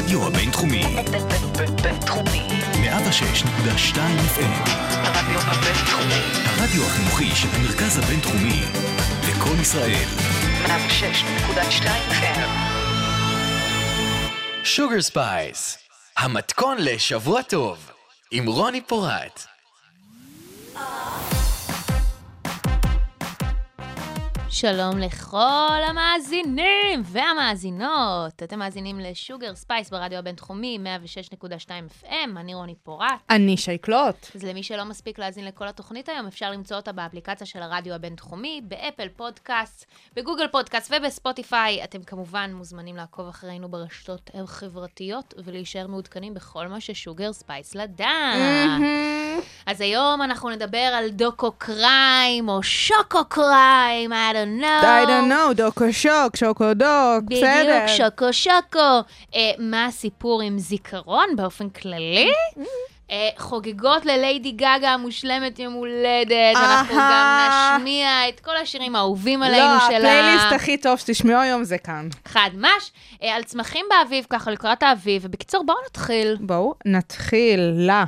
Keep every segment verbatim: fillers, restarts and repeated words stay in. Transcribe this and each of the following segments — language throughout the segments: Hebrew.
הרדיו הבינתחומי. בינתחומי. מאה ושש נקודה שתיים אף אם. הרדיו הבינתחומי. הרדיו החינוכי של המרכז הבינתחומי. לכל ישראל. מאה ושש נקודה שתיים אף אם. שוגר ספייס, המתכון לשבוע טוב, עם רוני פורט. שלום לכל המאזינים והמאזינות. אתם מאזינים לשוגר ספייס ברדיו הבינתחומי מאה ושש נקודה שתיים אף אם. אני רוני פורט. אני שייקלוט. אז למי שלא מספיק להאזין לכל התוכנית היום, אפשר למצוא אותה באפליקציה של הרדיו הבינתחומי, באפל פודקאסט, בגוגל פודקאסט ובספוטיפיי. אתם כמובן מוזמנים לעקוב אחרינו ברשתות החברתיות ולהישאר מעודכנים בכל מה ששוגר ספייס לדעת. אז היום אנחנו נדבר על דוקו קריים או שוקו קריים, I don't know. I don't know, דוקו שוק, שוקו דוק, בסדר. בדיוק, שוקו שוקו. אה, מה הסיפור עם זיכרון באופן כללי? אה, חוגגות לליידי גגה המושלמת יום הולדת. אנחנו גם נשמיע את כל השירים האהובים עלינו לא, שלה. לא, הפלייליסט הכי טוב שתשמעו היום זה כאן. חד מש. אה, על צמחים באביב, ככה לקראת האביב. ובקיצור, בואו נתחיל. בואו נתחיל, לה.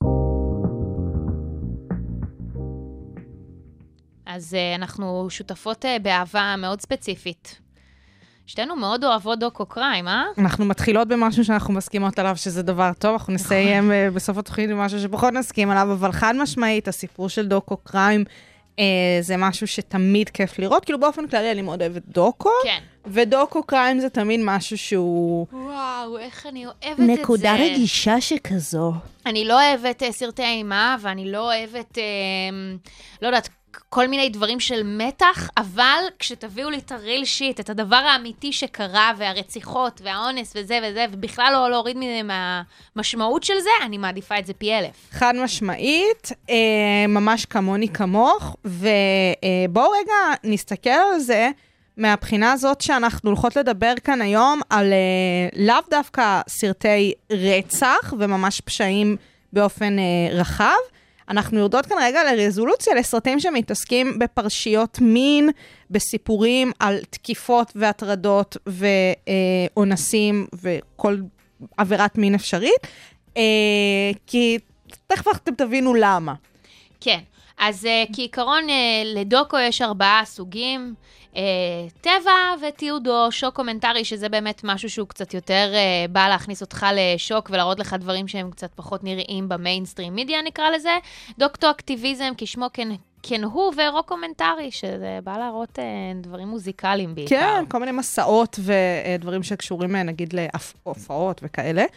אז uh, אנחנו שותפות uh, באהבה מאוד ספציפית. שתינו מאוד אוהבות דוקו קריים, אה? אנחנו מתחילות במשהו שאנחנו מסכימות עליו, שזה דבר טוב, אנחנו נסיים uh, בסוף התוכנית במשהו שפחות נסכים עליו, אבל חד משמעית, הסיפור של דוקו קריים, uh, זה משהו שתמיד כיף לראות, כאילו באופן כללי אני מאוד אוהבת דוקו, כן. ודוקו קריים זה תמיד משהו שהוא... וואו, איך אני אוהבת את זה. נקודה רגישה שכזו. אני לא אוהבת uh, סרטי אימה, ואני לא אוהבת, uh, לא יודעת, כל מיני דברים של מתח, אבל כשתביאו לי את הריל שיט, את הדבר האמיתי שקרה, והרציחות, והאונס וזה וזה, ובכלל לא להוריד מהמשמעות של זה, אני מעדיפה את זה פי אלף. חד משמעית, אה, ממש כמוני כמוך, ובואו רגע נסתכל על זה, מהבחינה הזאת שאנחנו הולכות לדבר כאן היום, על אה, לאו דווקא סרטי רצח, וממש פשעים באופן אה, רחב, אנחנו יורדות כאן רגע לרזולוציה, לסרטים שמתעסקים בפרשיות מין, בסיפורים על תקיפות והטרדות ואונסים וכל עבירת מין אפשרית, כי תכף אתם תבינו למה. כן, אז כעיקרון לדוקו יש ארבעה סוגים, טבע ותיעוד או שוק קומנטרי, שזה באמת משהו שהוא קצת יותר בא להכניס אותך לשוק ולהראות לך דברים שהם קצת פחות נראים במיינסטרים מידיה נקרא לזה, דוקטו אקטיביזם כשמו כן, כן הוא, ורוק קומנטרי, שזה בא להראות דברים מוזיקליים בעיקר. כן, כל מיני מסעות ודברים שקשורים נגיד להופעות וכאלה.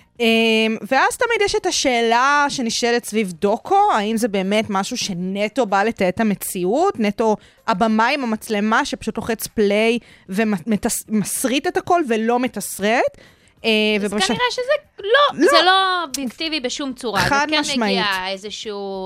ואז תמיד יש את השאלה שנשאלת סביב דוקו, האם זה באמת משהו שנטו בא לתאר את המציאות, נטו הבמה עם המצלמה שפשוט לוחץ פליי ומסריט את הכל ולא מתסרט. אז כנראה שזה לא, זה לא אובייקטיבי בשום צורה. חד משמעית. זה כן מגיע איזשהו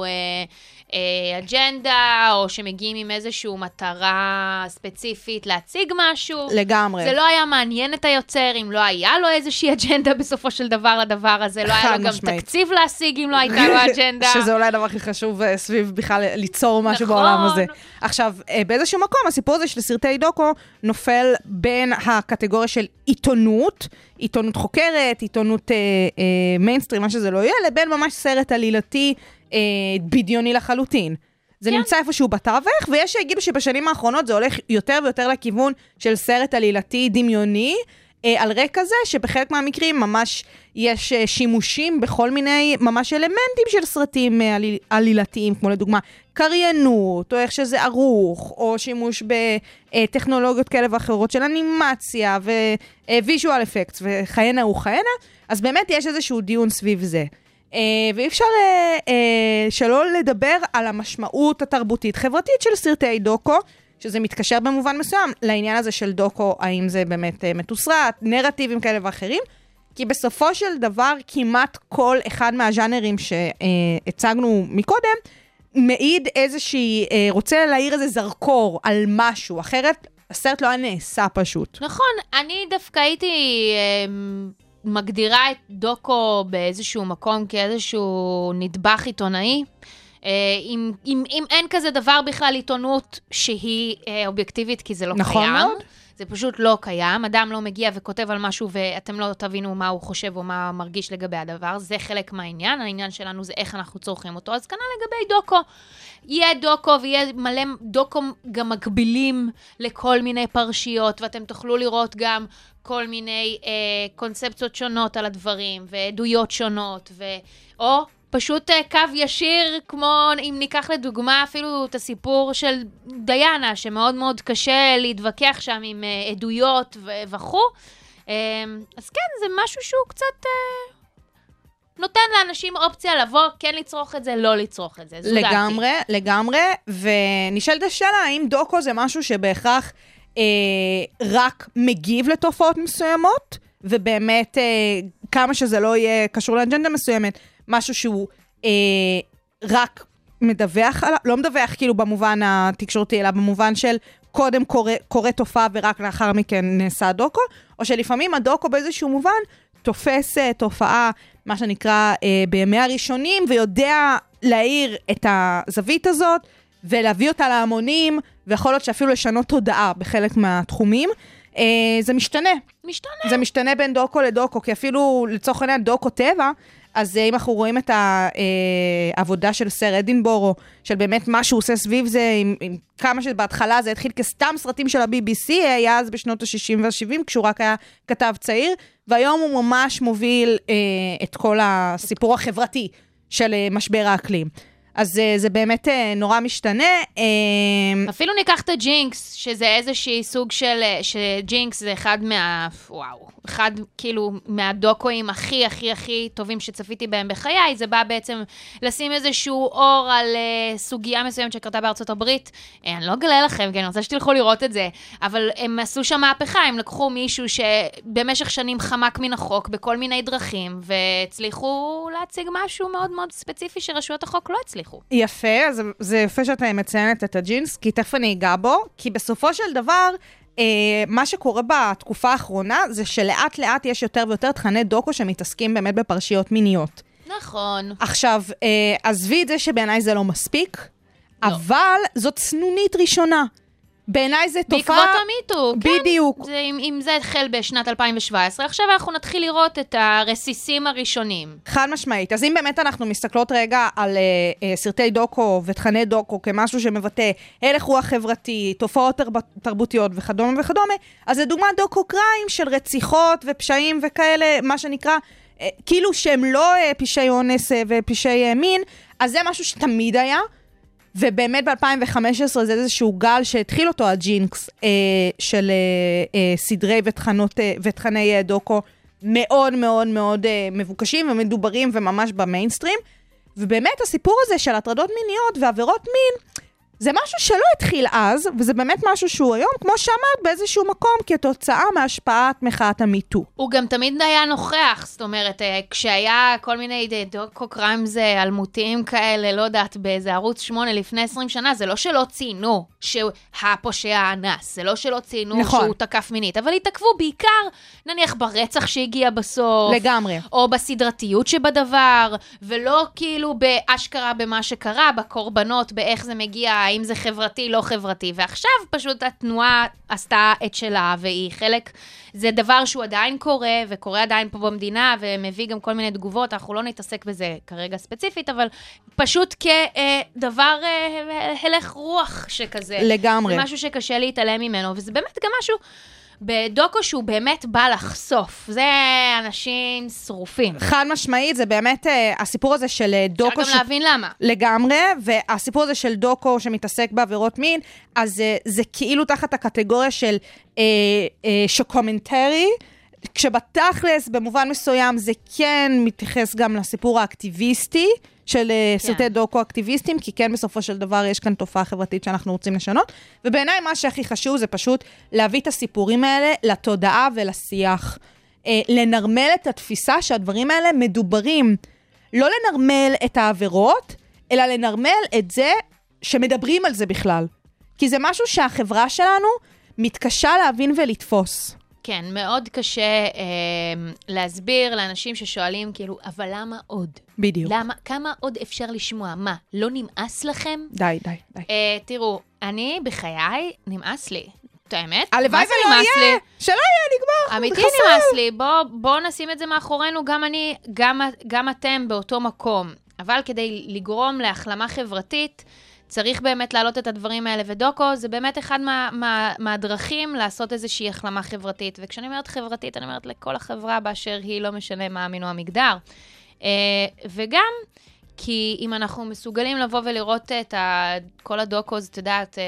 אג'נדה, או שמגיעים עם איזשהו מטרה ספציפית להציג משהו. לגמרי. זה לא היה מעניין את היוצר, אם לא היה לו איזושהי אג'נדה בסופו של דבר לדבר הזה, לא היה לו גם תקציב להשיג אם לא הייתה לו אג'נדה. שזה אולי הדבר הכי חשוב סביב בכלל ליצור משהו בעולם הזה. עכשיו, באיזשהו מקום, הסיפור הזה של סרטי דוקו נופל בין הקטגוריה של עיתונות, עיתונות חוקרת, עיתונות אה, אה, מיינסטרים, מה שזה לא יהיה, לבין ממש סרט עלילתי אה, בדיוני לחלוטין. זה כן. נמצא איפשהו בתווך, ויש שיגידו שבשנים האחרונות זה הולך יותר ויותר לכיוון של סרט עלילתי דמיוני, אה, על רקע זה שבחלק מהמקרים ממש יש אה, שימושים בכל מיני ממש אלמנטים של סרטים אה, עליל, עלילתיים, כמו לדוגמה קריינות, או איך שזה ערוך, או שימוש בטכנולוגיות כאלה ואחרות של אנימציה וויז'ואל אפקטס וכהנה וכהנה, אז באמת יש איזשהו דיון סביב זה. ואי אפשר שלא לדבר על המשמעות התרבותית חברתית של סרטי דוקו, שזה מתקשר במובן מסוים לעניין הזה של דוקו, האם זה באמת מתוסרט, נרטיבים כאלה ואחרים, כי בסופו של דבר כמעט כל אחד מהז'אנרים שהצגנו מקודם, מעיד איזושהי, אה, רוצה להעיר איזה זרקור על משהו, אחרת הסרט לא היה נעשה פשוט. נכון, אני דווקא הייתי אה, מגדירה את דוקו באיזשהו מקום כאיזשהו נדבך עיתונאי, אה, אם, אם, אם אין כזה דבר בכלל עיתונות שהיא אה, אובייקטיבית, כי זה לא נכון קיים. מאוד. זה פשוט לא קיים, אדם לא מגיע וכותב על משהו ואתם לא תבינו מה הוא חושב או מה מרגיש לגבי הדבר, זה חלק מהעניין, העניין שלנו זה איך אנחנו צורכים אותו, אז כנ"ל לגבי דוקו. יהיה דוקו ויהיה מלא דוקו גם מקבילים לכל מיני פרשיות, ואתם תוכלו לראות גם כל מיני אה, קונספציות שונות על הדברים, ועדויות שונות, ו... או פשוט אה, קו ישיר, כמו אם ניקח לדוגמה אפילו את הסיפור של דיינה, שמאוד מאוד קשה להתווכח שם עם אה, עדויות ו- וכו'. אה, אז כן, זה משהו שהוא קצת... אה, נותן לאנשים אופציה לבוא, כן לצרוך את זה, לא לצרוך את זה. זו דעתי. לגמרי, לגמרי, ונשאלת השאלה, האם דוקו זה משהו שבהכרח אה, רק מגיב לתופעות מסוימות, ובאמת, אה, כמה שזה לא יהיה קשור לאג'נדה מסוימת, משהו שהוא אה, רק מדווח, לא מדווח כאילו במובן התקשורתי, אלא במובן של קודם קורא, קורא תופעה ורק לאחר מכן נעשה דוקו, או שלפעמים הדוקו באיזשהו מובן תופס אה, תופעה, מה שנקרא, אה, בימי הראשונים, ויודע להעיר את הזווית הזאת, ולהביא אותה להמונים, ויכול להיות שאפילו לשנות תודעה בחלק מהתחומים. אה, זה משתנה. משתנה. זה משתנה בין דוקו לדוקו, כי אפילו לצורך העניין דוקו טבע, אז אם אנחנו רואים את העבודה של סר אדינבורו, של באמת מה שהוא עושה סביב זה, עם, עם כמה שבהתחלה זה התחיל כסתם סרטים של ה-בי בי סי, היה אז בשנות ה-שישים וה-שבעים, כשהוא רק היה כתב צעיר, והיום הוא ממש מוביל אה, את כל הסיפור החברתי של אה, משבר האקלים. אז אה, זה באמת אה, נורא משתנה. אה, אפילו ניקח את הג'ינקס, שזה איזושהי סוג של, שג'ינקס זה אחד מה, וואו, אחד כאילו מהדוקואים הכי הכי הכי טובים שצפיתי בהם בחיי, זה בא בעצם לשים איזשהו אור על uh, סוגיה מסוימת שקרתה בארצות הברית, אני לא אגלה לכם, כי אני רוצה שתלכו לראות את זה, אבל הם עשו שם מהפכה, הם לקחו מישהו שבמשך שנים חמק מן החוק בכל מיני דרכים, והצליחו להציג משהו מאוד מאוד ספציפי שרשויות החוק לא הצליחו. יפה, אז זה יפה שאתה מציינת את הג'ינס, כי תכף אני אגע בו, כי בסופו של דבר, אה, מה שקורה בתקופה האחרונה, זה שלאט לאט יש יותר ויותר תכני דוקו שמתעסקים באמת בפרשיות מיניות. נכון. עכשיו, אה, עזבי את זה שבעיניי זה לא מספיק, לא. אבל זאת סנונית ראשונה. בעיניי זה תופעה... בעקבות המיטו, כן. בדיוק. זה, אם, אם זה התחל בשנת אלפיים שבע עשרה, עכשיו אנחנו נתחיל לראות את הרסיסים הראשונים. חד משמעית. אז אם באמת אנחנו מסתכלות רגע על uh, uh, סרטי דוקו ותכני דוקו כמשהו שמבטא הלך רוח חברתי, תופעות תרב, תרבותיות וכדומה וכדומה, אז זה דוגמה דוקו קריים של רציחות ופשעים וכאלה, מה שנקרא, uh, כאילו שהם לא uh, פשעי אונס uh, ופשעי uh, מין, אז זה משהו שתמיד היה, ובאמת ב-אלפיים וחמש עשרה זה איזשהו גל שהתחיל אותו הג'ינקס אה, של אה, אה, סדרי ותכנות, אה, ותכני אה, דוקו מאוד מאוד מאוד אה, מבוקשים ומדוברים וממש במיינסטרים. ובאמת הסיפור הזה של הטרדות מיניות ועבירות מין, זה משהו שלא התחיל אז, וזה באמת משהו שהוא היום, כמו שאמרת, באיזשהו מקום כתוצאה מהשפעת מחאת המיטו. הוא גם תמיד היה נוכח, זאת אומרת, כשהיה כל מיני דוקו קריימס אלמותיים כאלה, לא יודעת, באיזה ערוץ שמונה לפני עשרים שנה, זה לא שלא ציינו שהפושע אנס, זה לא שלא ציינו נכון. שהוא תקף מינית, אבל התעכבו בעיקר, נניח ברצח שהגיע בסוף, לגמרי. או בסדרתיות שבדבר, ולא כאילו באשכרה במה שקרה, בקורבנות, באיך זה מגיע, האם זה חברתי, לא חברתי, ועכשיו פשוט התנועה עשתה את שלה, והיא חלק, זה דבר שהוא עדיין קורה, וקורה עדיין פה במדינה, ומביא גם כל מיני תגובות, אנחנו לא נתעסק בזה כרגע ספציפית, אבל פשוט כדבר הלך רוח שכזה. לגמרי. זה משהו שקשה להתעלם ממנו, וזה באמת גם משהו בדוקו שהוא באמת בא לחשוף. זה אנשים שרופים. חד משמעית, זה באמת הסיפור הזה של דוקו... אפשר גם להבין למה. לגמרי, והסיפור הזה של דוקו שמתעסק בעבירות מין, אז זה כאילו תחת הקטגוריה של אה, אה, שקומנטרי, כשבתכלס במובן מסוים זה כן מתייחס גם לסיפור האקטיביסטי, של כן. סרטי דוקו אקטיביסטים, כי כן בסופו של דבר יש כאן תופעה חברתית שאנחנו רוצים לשנות, ובעיניי מה שהכי חשוב זה פשוט להביא את הסיפורים האלה לתודעה ולשיח, אה, לנרמל את התפיסה שהדברים האלה מדוברים, לא לנרמל את העבירות, אלא לנרמל את זה שמדברים על זה בכלל, כי זה משהו שהחברה שלנו מתקשה להבין ולתפוס. כן, מאוד קשה אה, להסביר לאנשים ששואלים, כאילו, אבל למה עוד? בדיוק. למה, כמה עוד אפשר לשמוע? מה, לא נמאס לכם? די, די, די. אה, תראו, אני בחיי, נמאס לי. האמת? הלוואי מה זה ולא נמאס יהיה, לי? שלא יהיה, נגמר. אמיתי חסר. נמאס לי, בוא, בוא נשים את זה מאחורינו, גם אני, גם, גם אתם באותו מקום. אבל כדי לגרום להחלמה חברתית, צריך באמת להעלות את הדברים האלה, ודוקו זה באמת אחד מה, מה, מהדרכים לעשות איזושהי החלמה חברתית. וכשאני אומרת חברתית, אני אומרת לכל החברה באשר היא, לא משנה מה המין או המגדר. וגם, כי אם אנחנו מסוגלים לבוא ולראות את ה, כל הדוקוז, את יודעת,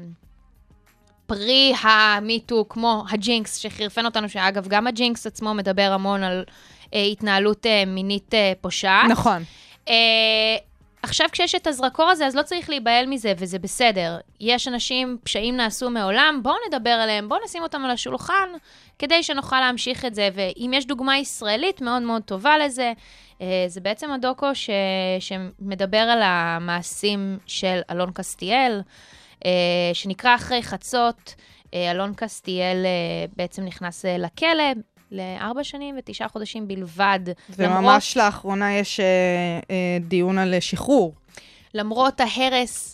פרי המיטו, כמו הג'ינקס שחרפן אותנו, שאגב, גם הג'ינקס עצמו מדבר המון על אה, התנהלות אה, מינית אה, פושעת. נכון. אה, עכשיו כשיש את הזרקור הזה, אז לא צריך להיבהל מזה, וזה בסדר. יש אנשים, פשעים נעשו מעולם, בואו נדבר עליהם, בואו נשים אותם על השולחן, כדי שנוכל להמשיך את זה, ואם יש דוגמה ישראלית מאוד מאוד טובה לזה, אה, זה בעצם הדוקו ש... שמדבר על המעשים של אלון קסטיאל, שנקרא אחרי חצות. אלון קסטיאל בעצם נכנס לכלא לארבע שנים ותשעה חודשים בלבד. וממש למרות... לאחרונה יש דיון על שחרור. למרות ההרס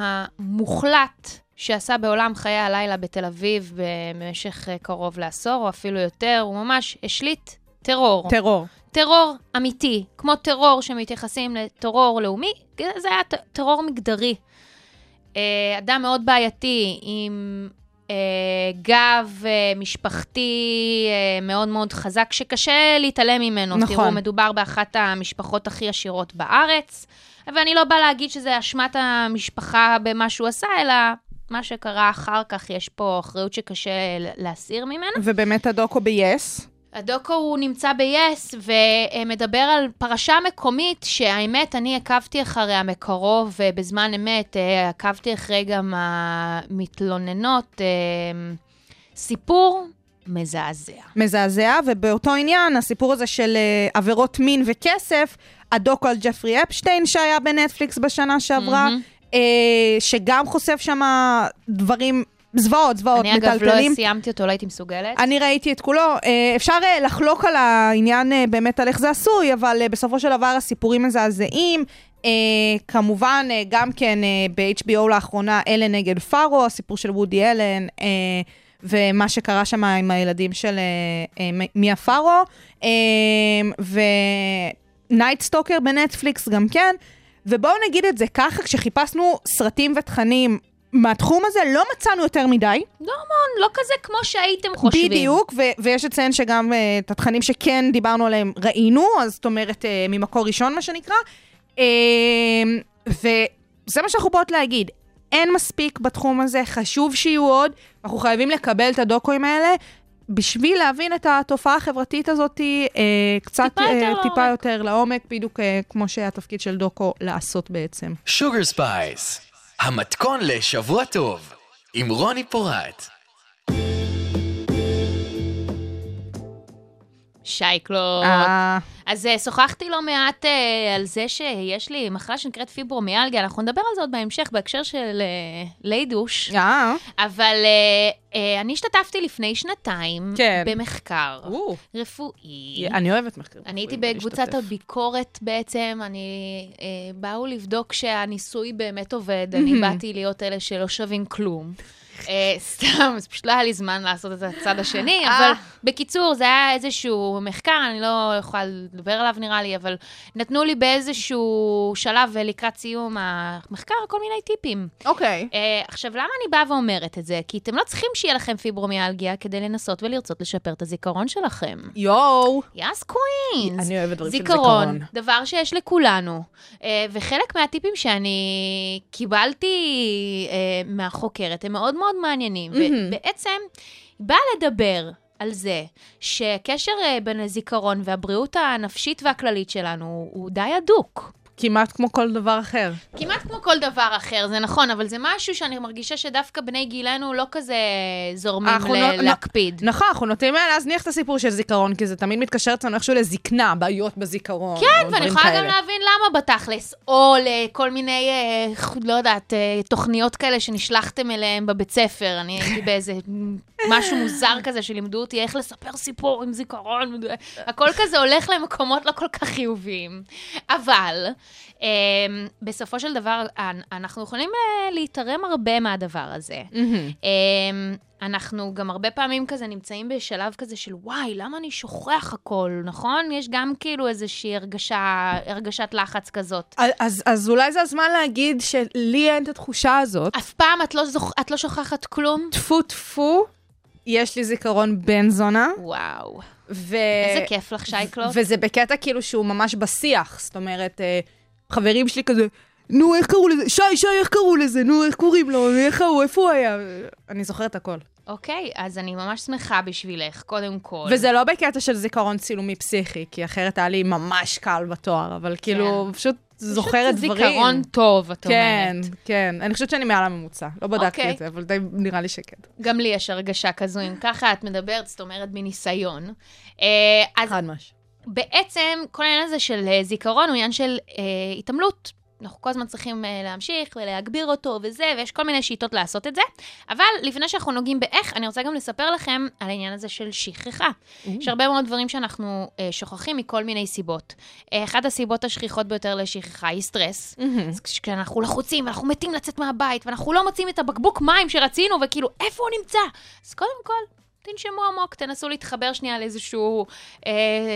המוחלט שעשה בעולם חיי הלילה בתל אביב במשך קרוב לעשור, או אפילו יותר, הוא ממש השליט טרור. טרור. טרור אמיתי, כמו טרור שמתייחסים לטרור לאומי, זה היה טרור מגדרי. אדם מאוד בעייתי, עם גב משפחתי מאוד מאוד חזק, שקשה להתעלם ממנו. נכון. תראו, מדובר באחת המשפחות הכי עשירות בארץ, ואני לא באה להגיד שזה אשמת המשפחה במה שהוא עשה, אלא מה שקרה אחר כך, יש פה אחריות שקשה להסיר ממנו. ובאמת הדוקו ב-yes. הדוקו הוא נמצא ב-yes, ומדבר על פרשה מקומית, שהאמת, אני עקבתי אחריה מקרוב, ובזמן אמת, עקבתי אחרי גם המתלוננות. סיפור מזעזע. מזעזע, ובאותו עניין, הסיפור הזה של עבירות מין וכסף, הדוקו על ג'פרי אפשטיין, שהיה בנטפליקס בשנה שעברה, mm-hmm. שגם חושף שם דברים זוועות, זוועות, מטלטלים. אני אגב לא סיימתי אותו, לא הייתי מסוגלת. אני ראיתי את כולו. אפשר לחלוק על העניין באמת על איך זה עשוי, אבל בסופו של דבר הסיפורים מזעזעים. כמובן, גם כן ב-אייץ' בי או לאחרונה, אלן נגד פארו, הסיפור של וודי אלן, ומה שקרה שם עם הילדים של מיה פארו, ונייט סטוקר בנטפליקס גם כן. ובואו נגיד את זה ככה, כשחיפשנו סרטים ותכנים מהתחום הזה, לא מצאנו יותר מדי. לא המון, לא כזה כמו שהייתם חושבים. בדיוק, ו- ויש לציין שגם uh, את התכנים שכן דיברנו עליהם ראינו, אז זאת אומרת, uh, ממקור ראשון מה שנקרא. Uh, וזה מה שאנחנו באות להגיד. אין מספיק בתחום הזה, חשוב שיהיו עוד, אנחנו חייבים לקבל את הדוקוים האלה, בשביל להבין את התופעה החברתית הזאת, uh, קצת טיפה יותר, uh, טיפה יותר לעומק, בדיוק uh, כמו שהתפקיד של דוקו לעשות בעצם. שוגר ספייס. המתכון לשבוע טוב, עם רוני פורט. שייקלוט. אז שוחחתי לא מעט על זה שיש לי מחלה שנקראת פיברומיאלגיה, אנחנו נדבר על זה עוד בהמשך, בהקשר של לידוש. אבל אני השתתפתי לפני שנתיים במחקר רפואי. אני אוהבת מחקר. אני הייתי בקבוצת הביקורת בעצם, אני באו לבדוק שהניסוי באמת עובד, אני באתי להיות אלה שלא שווים כלום. סתם, זה פשוט לא היה לי זמן לעשות את הצד השני, אבל בקיצור, זה היה איזשהו מחקר, אני לא יכולה לדבר עליו נראה לי, אבל נתנו לי באיזשהו שלב לקראת סיום המחקר כל מיני טיפים. אוקיי. עכשיו, למה אני באה ואומרת את זה? כי אתם לא צריכים שיהיה לכם פיברומיאלגיה כדי לנסות ולרצות לשפר את הזיכרון שלכם. יואו. יס קווינס. אני אוהבת דברים של זיכרון. זיכרון, דבר שיש לכולנו. וחלק מהטיפים שאני קיבלתי מהחוקרת, הם מאוד מאוד מעניינים, ובעצם באה לדבר על זה שקשר בין הזיכרון והבריאות הנפשית והכללית שלנו הוא די הדוק. כמעט כמו כל דבר אחר. כמעט כמו כל דבר אחר, זה נכון, אבל זה משהו שאני מרגישה שדווקא בני גילנו לא כזה זורמים ל- להקפיד. נכון, אנחנו נוטים להזניח את הסיפור של זיכרון, כי זה תמיד מתקשר אצלנו איכשהו לזקנה, בעיות בזיכרון. כן, ואני יכולה גם להבין למה בתכלס, או לכל מיני, לא יודעת, תוכניות כאלה שנשלחתם אליהם בבית ספר. אני הייתי באיזה משהו מוזר כזה שלימדו אותי איך לספר סיפור עם זיכרון. הכל כזה הולך למקומות לא כל כך חיוביים. אבל Um, בסופו של דבר, אנחנו יכולים uh, להתערם הרבה מהדבר הזה. Mm-hmm. Um, אנחנו גם הרבה פעמים כזה נמצאים בשלב כזה של וואי, למה אני שוכח הכל, נכון? יש גם כאילו איזושהי הרגשה, הרגשת לחץ כזאת. אז, אז אולי זה הזמן להגיד שלי אין את התחושה הזאת. אף פעם את לא, זוכ... את לא שוכחת כלום? טפו טפו, יש לי זיכרון בן זונה. וואו. ו... איזה כיף לך, שייקלוט. וזה בקטע כאילו שהוא ממש בשיח. זאת אומרת, חברים שלי כזה, נו, איך קראו לזה? שי, שי, איך קראו לזה? נו, איך קוראים לו? איך הוא? איפה הוא היה? אני זוכרת הכל. אוקיי, אז אני ממש שמחה בשבילך, קודם כל. וזה לא בקטע של זיכרון צילומי פסיכי, כי אחרת היה לי ממש קל בתואר, אבל כאילו, פשוט זוכרת דברים. פשוט זיכרון טוב, את אומרת. כן, כן. אני חושבת שאני מעל הממוצע. לא בדקתי את זה, אבל די נראה לי שקט. גם לי יש הרגשה כזו, אם ככה את מדברת, זאת אומרת, מניסיון. חד מש. בעצם, כל העניין הזה של זיכרון הוא עניין של התעמלות. אנחנו כל הזמן צריכים להמשיך ולהגביר אותו וזה, ויש כל מיני שיטות לעשות את זה. אבל לפני שאנחנו נוגעים באיך, אני רוצה גם לספר לכם על העניין הזה של שכחה. יש הרבה מאוד דברים שאנחנו שוכחים מכל מיני סיבות. אחת הסיבות השכיחות ביותר לשכחה היא סטרס. כשאנחנו לחוצים ואנחנו מתים לצאת מהבית, ואנחנו לא מוצאים את הבקבוק מים שרצינו, וכאילו, איפה הוא נמצא? אז קודם כל, תנשמו עמוק, תנסו להתחבר שנייה לאיזשהו אה,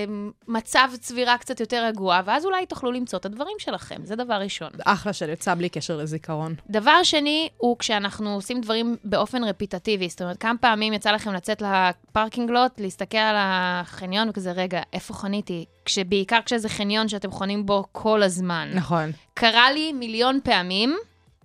מצב צבירה קצת יותר רגוע, ואז אולי תוכלו למצוא את הדברים שלכם. זה דבר ראשון. אחלה של יצא בלי קשר לזיכרון. דבר שני הוא כשאנחנו עושים דברים באופן רפיטטיבי, זאת אומרת, כמה פעמים יצא לכם לצאת לפארקינג לוט, להסתכל על החניון וכזה, רגע, איפה חניתי? כשבעיקר כשזה חניון שאתם חונים בו כל הזמן. נכון. קרה לי מיליון פעמים,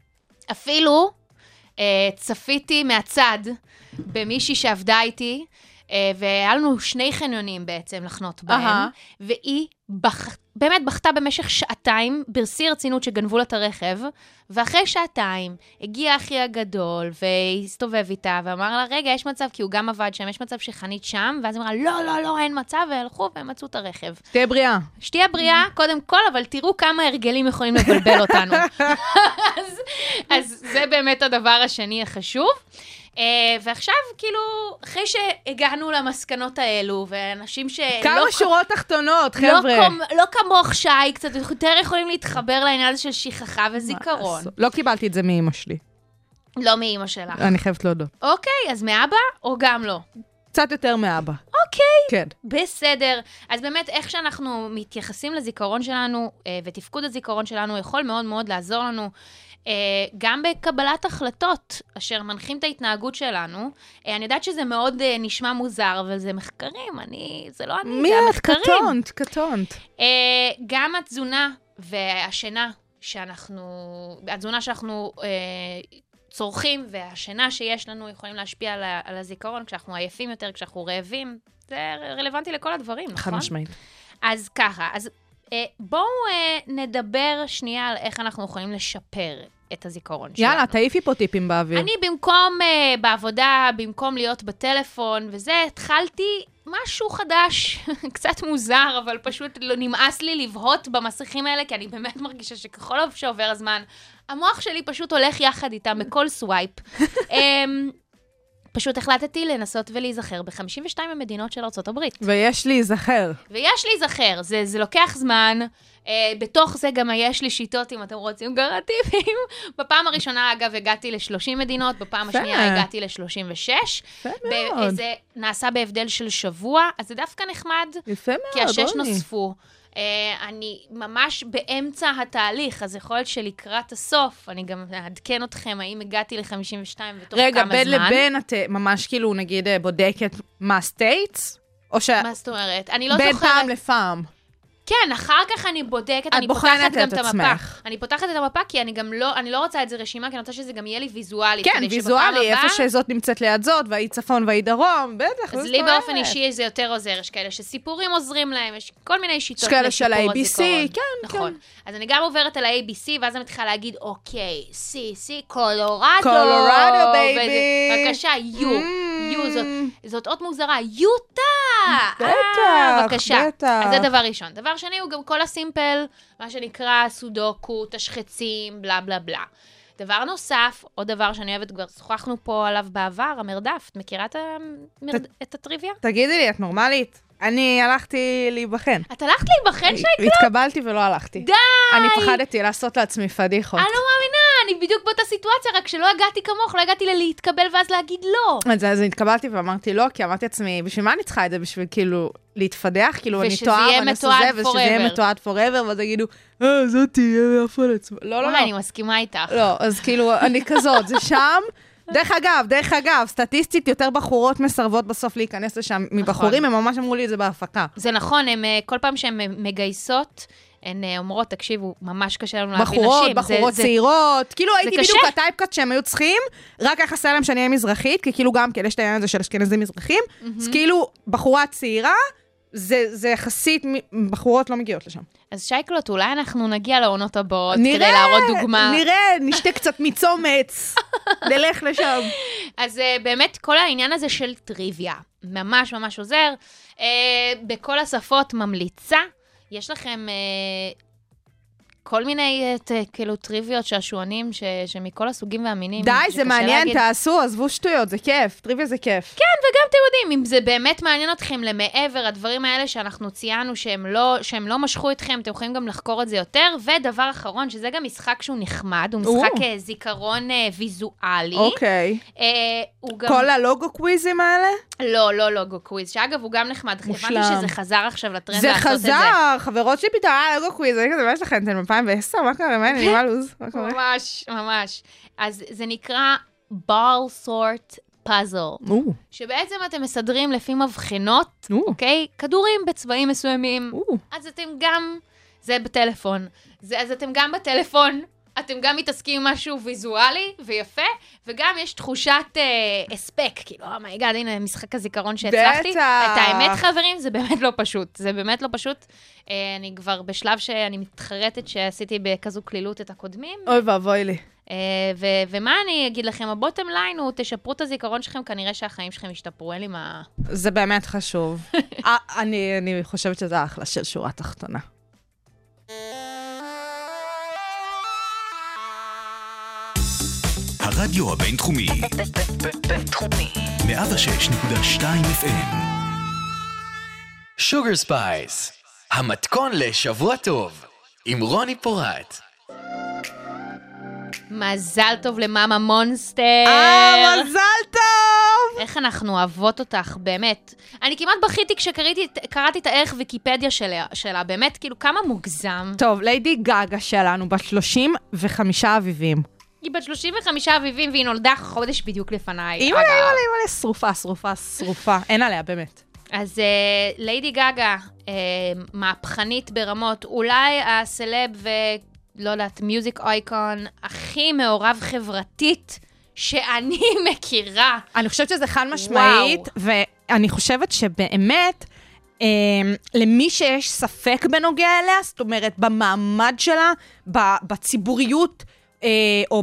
אפילו אה, צפיתי מהצד, במישהי שעבדה איתי, והיה לנו שני חניונים בעצם לחנות בהם, והיא בח... באמת בכתה במשך שעתיים, ברשיא רצינות שגנבו לה את הרכב, ואחרי שעתיים הגיע אחי הגדול, והסתובב איתה, ואמר לה, רגע, יש מצב, כי הוא גם עבד שם, יש מצב שחנית שם, ואז היא אמרה, לא, לא, לא, אין מצב, והלכו והם מצאו את הרכב. שתהיה בריאה. שתהיה בריאה, קודם כל, אבל תראו כמה הרגלים יכולים לבלבל אותנו. אז, אז זה באמת הדבר השני החשוב. Uh, ועכשיו, כאילו, אחרי שהגענו למסקנות האלו, ואנשים ש... כמה לא שורות כ... תחתונות, חבר'ה. לא, כמ... לא כמוך שי, קצת יותר יכולים להתחבר לעניין הזה של שכחה וזיכרון. לא קיבלתי את זה מאמא שלי. לא מאמא שלך. אני חייבת להודות. אוקיי, אז מאבא או גם לא? קצת יותר מאבא. אוקיי. כן. בסדר. אז באמת, איך שאנחנו מתייחסים לזיכרון שלנו, ותפקוד הזיכרון שלנו יכול מאוד מאוד לעזור לנו, גם בקבלת החלטות אשר מנחים את ההתנהגות שלנו. אני יודעת שזה מאוד נשמע מוזר, אבל זה מחקרים, אני, זה לא אני, זה המחקרים. מי את? קטונת, קטונת. גם התזונה והשינה שאנחנו, התזונה שאנחנו צורכים והשינה שיש לנו יכולים להשפיע על הזיכרון, כשאנחנו עייפים יותר, כשאנחנו רעבים. זה רלוונטי לכל הדברים, נכון? חד משמעית. אז ככה, אז בואו נדבר שנייה על איך אנחנו יכולים לשפר את הזיכרון שלנו. יאללה, תעיפי פה טיפים באוויר. אני במקום בעבודה, במקום להיות בטלפון וזה, התחלתי משהו חדש, קצת מוזר, אבל פשוט לא נמאס לי לבהות במסכים האלה, כי אני באמת מרגישה שככל שעובר הזמן, המוח שלי פשוט הולך יחד איתם בכל סווייפ. פשוט החלטתי לנסות ולהיזכר ב-חמישים ושתיים המדינות של ארצות הברית. ויש לי זכר. ויש לי זכר, זה, זה לוקח זמן, אה, בתוך זה גם יש לי שיטות, אם אתם רוצים גרטיבים. בפעם הראשונה, אגב, הגעתי ל-שלושים מדינות, בפעם השנייה הגעתי ל-שלושים ושש. יפה מאוד. זה נעשה בהבדל של שבוע, אז זה דווקא נחמד. יפה מאוד, כי השש רוני. נוספו. Uh, אני ממש באמצע התהליך, אז יכול להיות שלקראת הסוף, אני גם אעדכן אתכם, האם הגעתי ל-חמישים ושתיים ותוך רגע, כמה זמן. רגע, בין לבין את ממש כאילו, נגיד, בודקת מה סטייטס? או ש... מה זאת אומרת? אני לא בין זוכרת... פעם לפעם. כן, אחר כך אני בודקת, אני פותחת גם את המפה. אני פותחת את המפה, כי אני גם לא, אני לא רוצה את זה רשימה, כי אני רוצה שזה גם יהיה לי ויזואלי. כן, ויזואלי, איפה שזאת נמצאת ליד זאת, והיא צפון והיא דרום, בטח. אז לי באופן אישי זה יותר עוזר, יש כאלה שסיפורים עוזרים להם, יש כל מיני שיטות לשיפור הזיכרון. יש כאלה של ה-איי בי סי, כן, נכון. אז אני גם עוברת על ה-איי בי סי, ואז אני מתחילה להגיד, אוקיי, סי, סי, קולורדו. קולורדו, בייבי. בבקשה, יו, יו, זאת אות מוזרה, יוטה. בטח, בבקשה. בטח. אז זה דבר ראשון. דבר שני הוא גם כל הסימפל, מה שנקרא סודוקו, תשחצים, בלה בלה בלה. דבר נוסף, עוד דבר שאני אוהבת, כבר שוחחנו פה עליו בעבר, המרדף. את מכירה את, המרד... ת... את הטריוויה? תגידי לי, את נורמלית? אני הלכתי להיבחן. את הלכת להיבחן, שייקלוט? התקבלתי ולא הלכתי. די! אני פחדתי לעשות לעצמי פדיחות. אני לא מאמינה, אני בדיוק באותה סיטואציה, רק שלא הגעתי כמוך, לא הגעתי להתקבל ואז להגיד לא. אז, אז התקבלתי ואמרתי לא, כי אמרתי לעצמי, בשביל מה אני צריכה את זה? בשביל כאילו להתפדח, כאילו אני טועה, ואני עושה זה, ושזה יהיה מתועד forever, ואז יגידו, אה, זאת תהיה אף על עצמה. לא, לא, לא. אני מסכימה איתך. לא, אז כאילו, אני כזאת, זה שם. דרך אגב, דרך אגב, סטטיסטית יותר בחורות מסרבות בסוף להיכנס לשם מבחורים, הם ממש אמרו לי את זה בהפקה. זה נכון, הם, כל פעם שהן מגייסות, הן אומרות, תקשיבו, ממש קשה לנו להביא נשים. בחורות, בחורות צעירות, כאילו הייתי קשה. בדיוק הטייפקאט שהם היו צריכים, רק איך עשה להם שאני אהיה מזרחית, כי כאילו גם כן יש את העניין הזה של אשכנזים מזרחים, אז כאילו בחורה צעירה, זה, זה יחסית, בחורות לא מגיעות לשם. אז שייקלוט, אולי אנחנו נגיע לעונות הבאות, נראה, כדי להראות דוגמה. נראה, נשתה קצת מצומץ, נלך לשם. אז uh, באמת, כל העניין הזה של טריוויה, ממש ממש עוזר. Uh, בכל השפות ממליצה, יש לכם uh, כל מיני uh, כאילו טריוויות שעשוענים, ש, שמכל הסוגים והמינים. די, זה מעניין, להגיד... תעשו, עזבו שטויות, זה כיף, טריוויה זה כיף. כן, וגם אתם יודעים, אם זה באמת מעניין אתכם למעבר, הדברים האלה שאנחנו ציינו, שהם לא, שהם לא משכו אתכם, אתם יכולים גם לחקור את זה יותר, ודבר אחרון, שזה גם משחק שהוא נחמד, הוא משחק או. זיכרון uh, ויזואלי. אוקיי. Uh, הוא גם... כל הלוגו קוויזים האלה? לא, לא לוגו קוויז, שאגב, הוא גם נחמד. מושלם. הבנתי שזה חזר עכשיו לטרנד זה לעשות את זה. חזר, חברות שלי פתאום, אה, לוגו קוויז, אני כזה, מה יש לכם? אתם אלפיים ועשר? מה קרה? מה אני, מה לוז? ממש, ממש. אז זה נקרא ball sort puzzle, שבעצם אתם מסדרים לפי מבחנות, אוקיי? כדורים בצבעים מסוימים. אז אתם גם, זה בטלפון, אז אתם גם בטלפון, אתם גם מתעסקים עם משהו ויזואלי ויפה, וגם יש תחושת אה, אספק, כאילו, oh my God, הנה, משחק הזיכרון שהצלחתי. בטח. את האמת, חברים, זה באמת לא פשוט. זה באמת לא פשוט. אה, אני כבר בשלב שאני מתחרטת שעשיתי בכזו כלילות את הקודמים. אוי ואבוי לי. אה, ו- ומה אני אגיד לכם? הבוטם ליין הוא, תשפרו את הזיכרון שלכם, כנראה שהחיים שלכם ישתפרו, אין לי מה... זה באמת חשוב. 아, אני, אני חושבת שזה אחלה של שורה תחתונה. הרדיו הבינתחומי, בינתחומי, מאה ושש נקודה שתיים אף אם. שוגר ספייס, המתכון לשבוע טוב, עם רוני פורט. מזל טוב למאמה מונסטר. אה, מזל טוב! איך אנחנו אוהבות אותך, באמת. אני כמעט בכיתי כשקראתי את הערך ויקיפדיה שלה, שלה, באמת, כאילו, כמה מוגזם. טוב, ליידי גגה שלנו, בת שלושים וחמישה אביבים. היא בת שלושים וחמישה אביבים, והיא נולדה חודש בדיוק לפניי. אימא'לה, אימא'לה, אימא'לה, שרופה, שרופה, שרופה. אין עליה, באמת. אז ליידי גגה, מהפכנית ברמות, אולי הסלב ו... לא יודעת, מיוזיק אייקון, הכי מעורב חברתית שאני מכירה. אני חושבת שזה חד משמעית, ואני חושבת שבאמת, אה, למי שיש ספק בנוגע אליה, זאת אומרת, במעמד שלה, בציבוריות, אה, או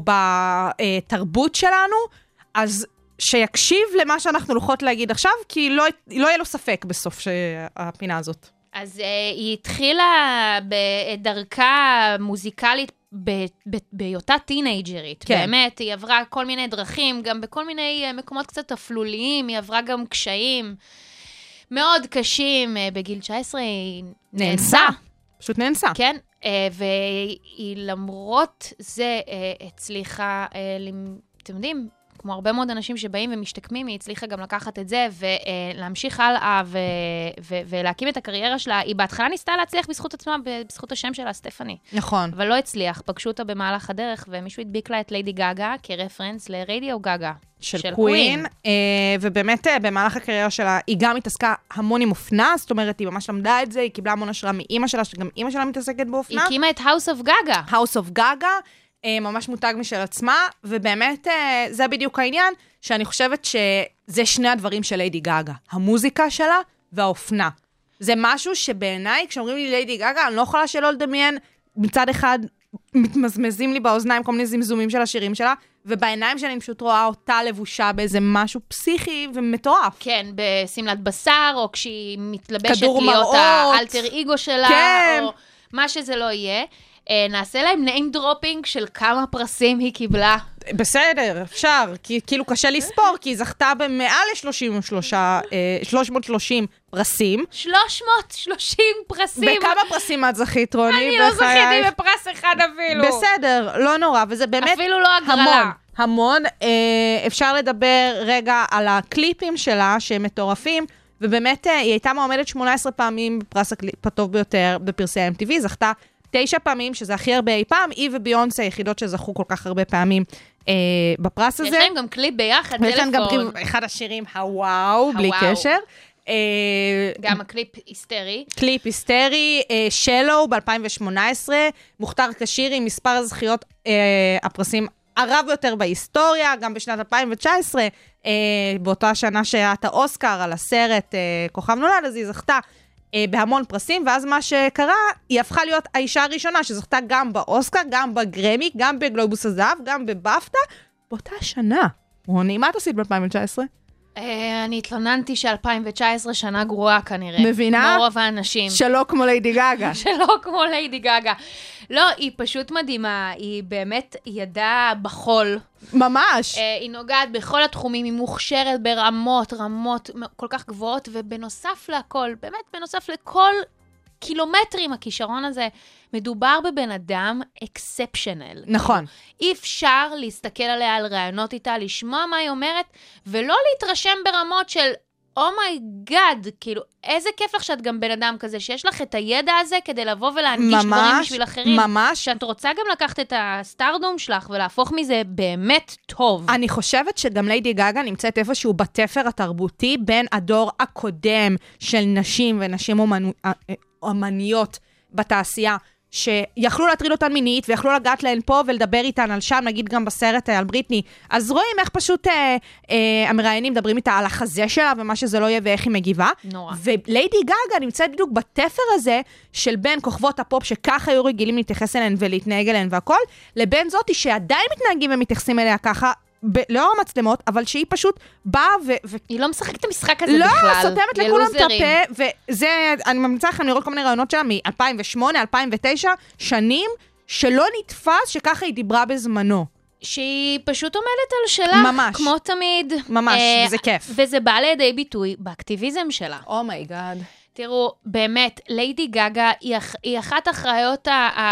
בתרבות שלנו, אז שיקשיב למה שאנחנו הולכות להגיד עכשיו, כי לא, לא יהיה לו ספק בסוף הפינה הזאת. אז uh, היא התחילה בדרכה מוזיקלית בהיותה טינאג'רית. כן. באמת, היא עברה כל מיני דרכים, גם בכל מיני uh, מקומות קצת אפלוליים, היא עברה גם קשיים מאוד קשים. Uh, בגיל תשע עשרה היא נאנסה. פשוט נאנסה. כן, uh, והיא למרות זה uh, הצליחה, uh, אתם יודעים, כמו הרבה מאוד אנשים שבאים ומשתקמים, היא הצליחה גם לקחת את זה ולהמשיך הלאה ו- ו- ולהקים את הקריירה שלה. היא בהתחלה ניסתה להצליח בזכות עצמה, בזכות השם שלה, סטפני. נכון. אבל לא הצליח, פגשו אותה במהלך הדרך, ומישהו הדביק לה את ליידי גגה כרפרנס לרדיו גגה. של, של קווין. אה, ובאמת, במהלך הקריירה שלה, היא גם התעסקה המון עם אופנה, זאת אומרת, היא ממש למדה את זה, היא קיבלה המון השראה מאמא שלה, שגם אמא שלה מתעסקת באופנה. היא הקימה את House of Gaga. House of Gaga. ממש מותג משל עצמה, ובאמת זה בדיוק העניין, שאני חושבת שזה שני הדברים של ליידי גגה, המוזיקה שלה והאופנה. זה משהו שבעיניי, כשאומרים לי ליידי גגה, אני לא יכולה שלא לדמיין, מצד אחד מתמזמזים לי באוזניים כל מיני זמזומים של השירים שלה, ובעיניים שאני פשוט רואה אותה לבושה באיזה משהו פסיכי ומטורף. כן, בסמלת בשר, או כשהיא מתלבשת להיות מראות. האלטר איגו שלה, כן. או מה שזה לא יהיה. נעשה להם name dropping של כמה פרסים היא קיבלה. בסדר, אפשר, כי כאילו קשה לספור, כי היא זכתה במעל ל-שלושים ושלושה, שלוש מאות ושלושים פרסים. שלוש מאות ושלושים פרסים. בכמה פרסים את זכית, רוני? אני לא זכיתי בפרס אחד אפילו. בסדר, לא נורא, וזה באמת אפילו לא הגרלה. המון, המון. אפשר לדבר רגע על הקליפים שלה, שהם מטורפים, ובאמת היא הייתה מועמדת שמונה עשרה פעמים בפרס הקליפ הטוב ביותר בפרסי ה-אם טי וי, זכתה תשע פעמים, שזה הכי הרבה אי פעם, היא וביונסה היחידות שזכו כל כך הרבה פעמים אה, בפרס הזה. יש להם גם קליפ ביחד, טלפון. יש להם גם קליפ, אחד השירים, הוואו, בלי קשר. אה, גם הקליפ היסטרי. קליפ היסטרי, אה, שלו ב-אלפיים שמונה עשרה, מוכתר כשיר עם מספר זכיות אה, הפרסים הרב ביותר בהיסטוריה, גם בשנת אלפיים תשע עשרה, אה, באותה שנה שהיה את האוסקר על הסרט אה, כוכב נולד, אז היא זכתה בהמון פרסים, ואז מה שקרה, היא הפכה להיות האישה הראשונה, שזכתה גם באוסקר, גם בגרמי, גם בגלובוס הזהב, גם בבאפטה, באותה שנה. רוני, מה את עשית ב-אלפיים תשע עשרה? אני התלוננתי ש-אלפיים תשע עשרה שנה גרועה כנראה. מבינה? כמו רוב האנשים. שלא כמו ליידי גגה. שלא כמו ליידי גגה. לא, היא פשוט מדהימה, היא באמת ידעה בחול. ממש. היא נוגעת בכל התחומים, היא מוכשרת ברמות, רמות כל כך גבוהות, ובנוסף להכל, באמת בנוסף לכל קילומטרים הכישרון הזה, מדובר בבן אדם אקספשנל. נכון. אי אפשר להסתכל עליה, על רעיונות איתה, לשמוע מה היא אומרת, ולא להתרשם ברמות של, אומייגאד, כאילו, איזה כיף לך שאת גם בן אדם כזה, שיש לך את הידע הזה כדי לבוא ולהנגיש ממש, דברים בשביל אחרים. ממש. שאת רוצה גם לקחת את הסטארדום שלך ולהפוך מזה באמת טוב. אני חושבת שגם ליידי גגה נמצאת איפשהו בתפר התרבותי בין הדור הקודם של נשים ונשים אומנו, אומניות בתעשייה, שיכלו להטריד אותן מינית, ויכלו לגעת להן פה ולדבר איתן על שם, נגיד גם בסרט על בריטני. אז רואים איך פשוט אה, אה, המראיינים מדברים איתה על החזה שלה, ומה שזה לא יהיה ואיך היא מגיבה. נורא. וליידי גגה נמצאת בדיוק בתפר הזה, של בין כוכבות הפופ, שככה היו רגילים להתייחס אליהן ולהתנהג אליהן והכל, לבין זאתי שעדיין מתנהגים ומתייחסים אליה ככה, ב- לאור המצלמות, אבל שהיא פשוט באה ו... ו- היא לא משחקת את המשחק הזה לא, בכלל. לא, סותמת לכולם את הפה, וזה, אני ממליצה לכם לראות כל מיני רעיונות שלה מ-אלפיים ושמונה, אלפיים ותשע, שנים שלא נתפס שככה היא דיברה בזמנו. שהיא פשוט עומדת על שלה, ממש. כמו תמיד. ממש, אה, וזה כיף. וזה בא לידי ביטוי באקטיביזם שלה. אומייגאד. תראו, באמת, ליידי גגה היא, היא אחת האחראיות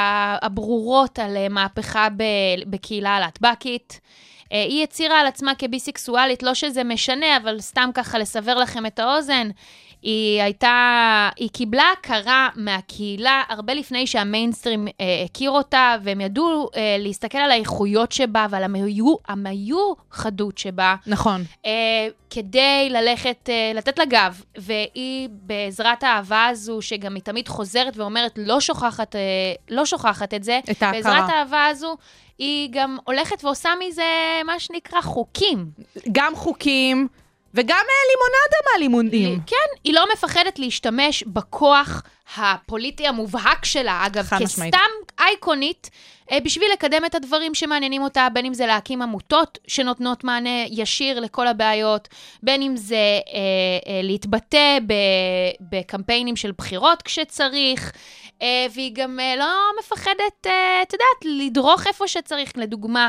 הברורות על מהפכה בקהילה הלהטב"קית. היא הצהירה על עצמה כביסקסואלית, לא שזה משנה, אבל סתם ככה לסבר לכם את האוזן. היא הייתה, היא קיבלה הכרה מהקהילה הרבה לפני שהמיינסטרים אה, הכיר אותה, והם ידעו אה, להסתכל על האיכויות שבה ועל המיו, המיוחדות שבה. נכון. אה, כדי ללכת, אה, לתת לה גב, והיא בעזרת האהבה הזו, שגם היא תמיד חוזרת ואומרת, לא שוכחת, אה, לא שוכחת את זה. את ההכרה. בעזרת האהבה הזו, היא גם הולכת ועושה מזה מה שנקרא חוקים. גם חוקים, וגם לימונדה מהלימודים. כן, היא לא מפחדת להשתמש בכוח הפוליטי המובהק שלה, אגב, כסתם אייקונית, בשביל לקדם את הדברים שמעניינים אותה, בין אם זה להקים עמותות שנותנות מענה ישיר לכל הבעיות, בין אם זה אה, אה, להתבטא בקמפיינים של בחירות כשצריך, אה, והיא גם אה, לא מפחדת, אה, את יודעת, לדרוך איפה שצריך, לדוגמה,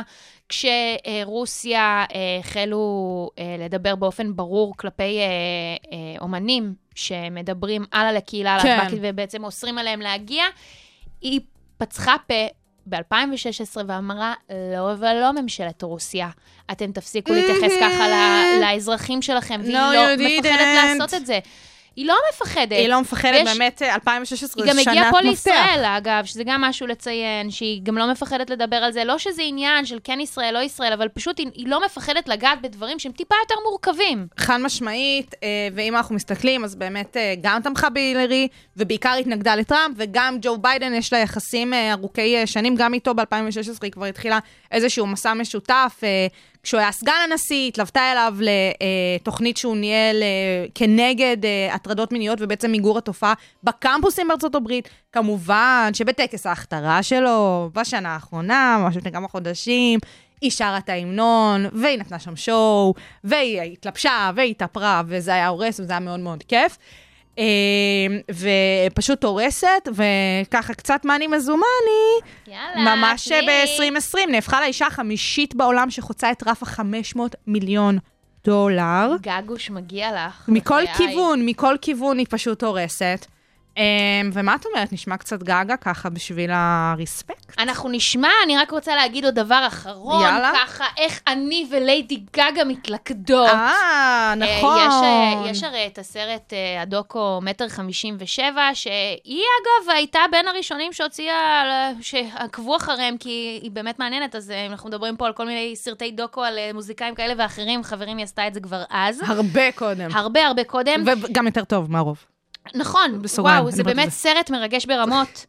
כשרוסיה החלו לדבר באופן ברור כלפי אומנים שמדברים על הקהילה הלהטב"קית ובעצם אוסרים עליהם להגיע, היא פצחה פה ב-אלפיים ושש עשרה ואמרה, לא ולא ממשלת רוסיה, אתם תפסיקו להתייחס ככה לאזרחים שלכם, והיא לא מפחדת לעשות את זה. היא לא מפחדת. היא לא מפחדת, באמת, אלפיים ושש עשרה היא גם הגיעה פה מפתח. לישראל, אגב, שזה גם משהו לציין, שהיא גם לא מפחדת לדבר על זה, לא שזה עניין של כן ישראל, לא ישראל, אבל פשוט היא, היא לא מפחדת לגעת בדברים שהם טיפה יותר מורכבים. חד משמעית, ואם אנחנו מסתכלים, אז באמת גם תמכה בהילרי, ובעיקר התנגדה לטראמפ, וגם ג'ו ביידן יש לה יחסים ארוכי שנים, גם איתו ב-אלפיים ושש עשרה היא כבר התחילה איזשהו מסע משותף, כשהוא היה סגן הנשיא, התלוותה אליו לתוכנית שהוא ניהל כנגד הטרדות מיניות, ובעצם מיגור התופעה בקמפוסים בארצות הברית. כמובן שבטקס ההכתרה שלו, בשנה האחרונה, ממש לפני כמה חודשים, היא שרה את ההמנון, והיא נתנה שם שואו, והיא התלבשה, והיא התאפרה, וזה היה הורס, וזה היה מאוד מאוד כיף. ופשוט הורסת, וככה קצת מאני מזומני, יאללה, ממש ב-עשרים עשרים, נהפכה לאישה החמישית בעולם שחוצה את רף ה-חמש מאות מיליון דולר. גגוש מגיע לך. מכל בחיי. כיוון, מכל כיוון היא פשוט הורסת. ומה את אומרת? נשמע קצת גגה ככה בשביל הרספקט? אנחנו נשמע, אני רק רוצה להגיד עוד דבר אחרון, יאללה. ככה, איך אני וליידי גגה מתלכדות. אה, נכון. יש, יש הרי את הסרט הדוקו מטר חמישים ושבע, שהיא אגב הייתה בין הראשונים שהוציאה, שעקבו אחריהם, כי היא באמת מעניינת, אז אנחנו מדברים פה על כל מיני סרטי דוקו, על מוזיקאים כאלה ואחרים, חברים, היא עשתה את זה כבר אז. הרבה קודם. הרבה הרבה קודם. וגם יותר טוב, מהרוב. נכון, בסוגריים, וואו, זה באמת סרט מרגש ברמות.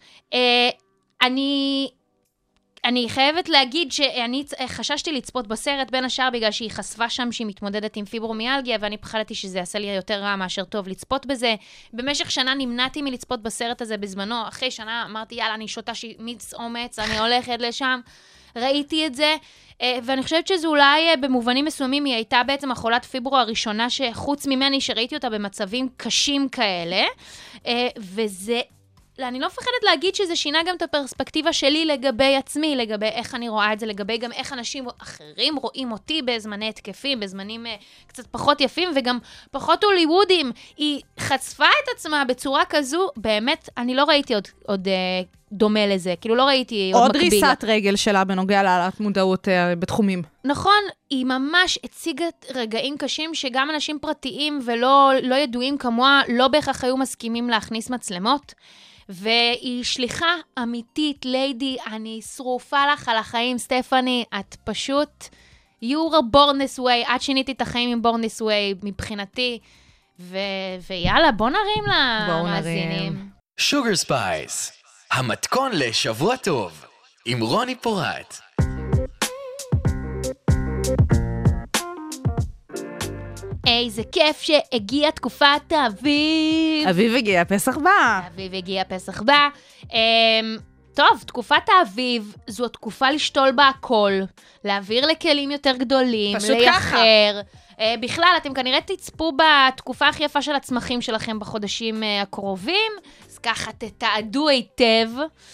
אני... אני חייבת להגיד שאני חששתי לצפות בסרט, בין השאר בגלל שהיא חשפה שם שהיא מתמודדת עם פיברומיאלגיה, ואני פחדתי שזה יעשה לי יותר רע מאשר טוב לצפות בזה. במשך שנה נמנעתי מלצפות בסרט הזה בזמנו, אחרי שנה אמרתי, יאללה, אני שותה מיץ אומץ, אני הולכת לשם, ראיתי את זה, ואני חושבת שזה אולי במובנים מסוימים, היא הייתה בעצם החולת פיברו הראשונה שחוץ ממני, שראיתי אותה במצבים קשים כאלה, וזה... אני לא מפחדת להגיד שזה שינה גם את הפרספקטיבה שלי לגבי עצמי, לגבי איך אני רואה את זה, לגבי גם איך אנשים אחרים רואים אותי בזמני התקפים, בזמנים uh, קצת פחות יפים וגם פחות הוליוודים. היא חשפה את עצמה בצורה כזו, באמת, אני לא ראיתי עוד, עוד uh, דומה לזה, כאילו לא ראיתי עוד, עוד מקביל. עוד ריסת רגל שלה בנוגע להעלאת מודעות uh, בתחומים. נכון, היא ממש הציגה רגעים קשים שגם אנשים פרטיים ולא לא ידועים כמוה, לא בהכרח היו מסכימים להכניס מצלמות. והיא שליחה אמיתית, ליידי, אני שרופה לך על החיים, סטפני, את פשוט, you were born this way, את שיניתי את החיים עם born this way מבחינתי, ו- ויאללה, בוא נרים למאזינים. שוגר ספייס, המתכון לשבוע טוב, עם רוני פורט. איזה כיף שהגיע תקופת האביב. אביב הגיע, פסח בא. אביב הגיע, פסח בא. טוב, תקופת האביב זו תקופה לשתול בה הכל, להעביר לכלים יותר גדולים, פשוט לייחר. בכלל, אתם כנראה תצפו בתקופה הכי יפה של הצמחים שלכם בחודשים הקרובים, אז ככה תתעדו היטב.